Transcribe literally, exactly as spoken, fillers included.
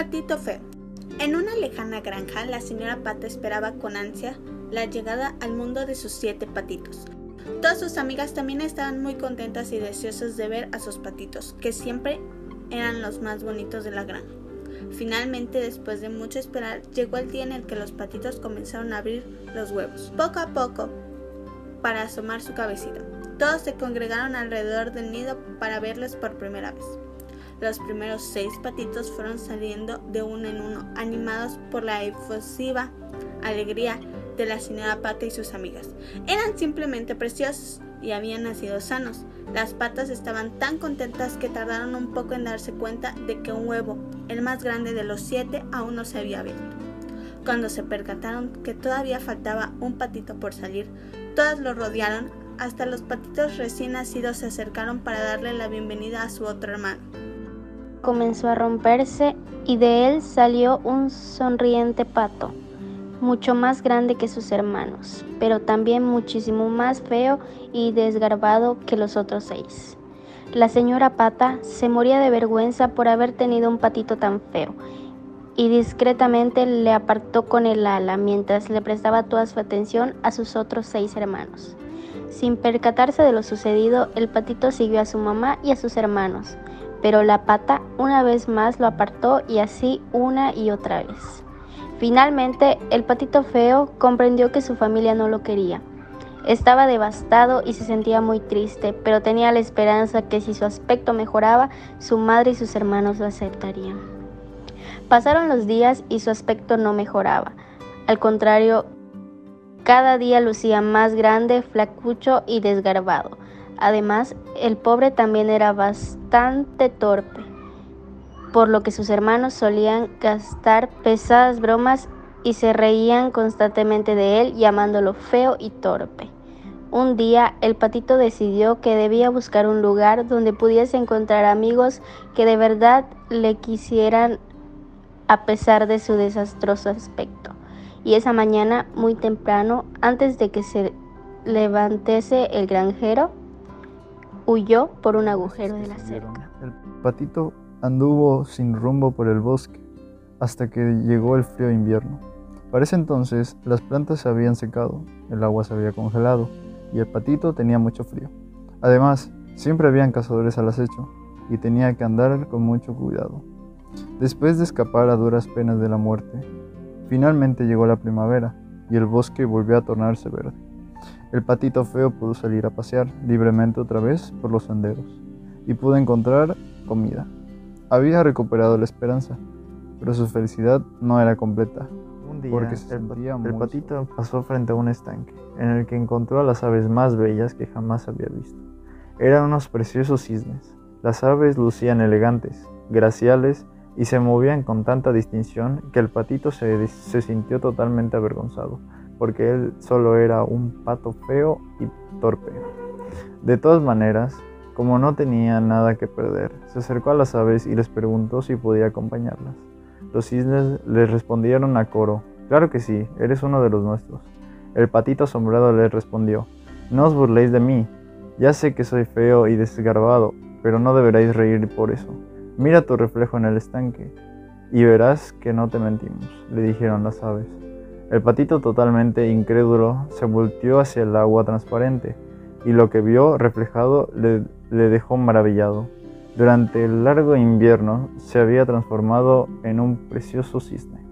Patito feo. En una lejana granja, la señora Pata esperaba con ansia la llegada al mundo de sus siete patitos. Todas sus amigas también estaban muy contentas y deseosas de ver a sus patitos, que siempre eran los más bonitos de la granja. Finalmente, después de mucho esperar, llegó el día en el que los patitos comenzaron a abrir los huevos, poco a poco, para asomar su cabecita. Todos se congregaron alrededor del nido para verlos por primera vez. Los primeros seis patitos fueron saliendo de uno en uno, animados por la efusiva alegría de la señora Pata y sus amigas. Eran simplemente preciosos y habían nacido sanos. Las patas estaban tan contentas que tardaron un poco en darse cuenta de que un huevo, el más grande de los siete, aún no se había abierto. Cuando se percataron que todavía faltaba un patito por salir, todas lo rodearon. Hasta los patitos recién nacidos se acercaron para darle la bienvenida a su otro hermano. Comenzó a romperse y de él salió un sonriente pato, mucho más grande que sus hermanos, pero también muchísimo más feo y desgarbado que los otros seis. La señora Pata se moría de vergüenza por haber tenido un patito tan feo y discretamente le apartó con el ala mientras le prestaba toda su atención a sus otros seis hermanos. Sin percatarse de lo sucedido, el patito siguió a su mamá y a sus hermanos, pero la Pata una vez más lo apartó y así una y otra vez. Finalmente, el patito feo comprendió que su familia no lo quería. Estaba devastado y se sentía muy triste, pero tenía la esperanza que si su aspecto mejoraba, su madre y sus hermanos lo aceptarían. Pasaron los días y su aspecto no mejoraba. Al contrario, cada día lucía más grande, flacucho y desgarbado. Además, el pobre también era bastante torpe, por lo que sus hermanos solían gastar pesadas bromas y se reían constantemente de él, llamándolo feo y torpe. Un día, el patito decidió que debía buscar un lugar donde pudiese encontrar amigos que de verdad le quisieran a pesar de su desastroso aspecto. Y esa mañana, muy temprano, antes de que se levantase el granjero, huyó por un agujero de la cerca. El patito anduvo sin rumbo por el bosque hasta que llegó el frío invierno. Para ese entonces las plantas se habían secado, el agua se había congelado y el patito tenía mucho frío. Además, siempre habían cazadores al acecho y tenía que andar con mucho cuidado. Después de escapar a duras penas de la muerte, finalmente llegó la primavera y el bosque volvió a tornarse verde. El patito feo pudo salir a pasear libremente otra vez por los senderos y pudo encontrar comida. Había recuperado la esperanza, pero su felicidad no era completa. Un día, porque se el, sentía el muy patito solo. pasó frente a un estanque, en el que encontró a las aves más bellas que jamás había visto. Eran unos preciosos cisnes. Las aves lucían elegantes, graciales y se movían con tanta distinción que el patito se, se sintió totalmente avergonzado, porque él solo era un pato feo y torpe. De todas maneras, como no tenía nada que perder, se acercó a las aves y les preguntó si podía acompañarlas. Los cisnes les respondieron a coro: «Claro que sí, eres uno de los nuestros». El patito asombrado les respondió: «No os burléis de mí, ya sé que soy feo y desgarbado, pero no deberéis reír por eso. Mira tu reflejo en el estanque y verás que no te mentimos», le dijeron las aves. El patito, totalmente incrédulo, se volteó hacia el agua transparente y lo que vio reflejado le, le dejó maravillado. Durante el largo invierno se había transformado en un precioso cisne.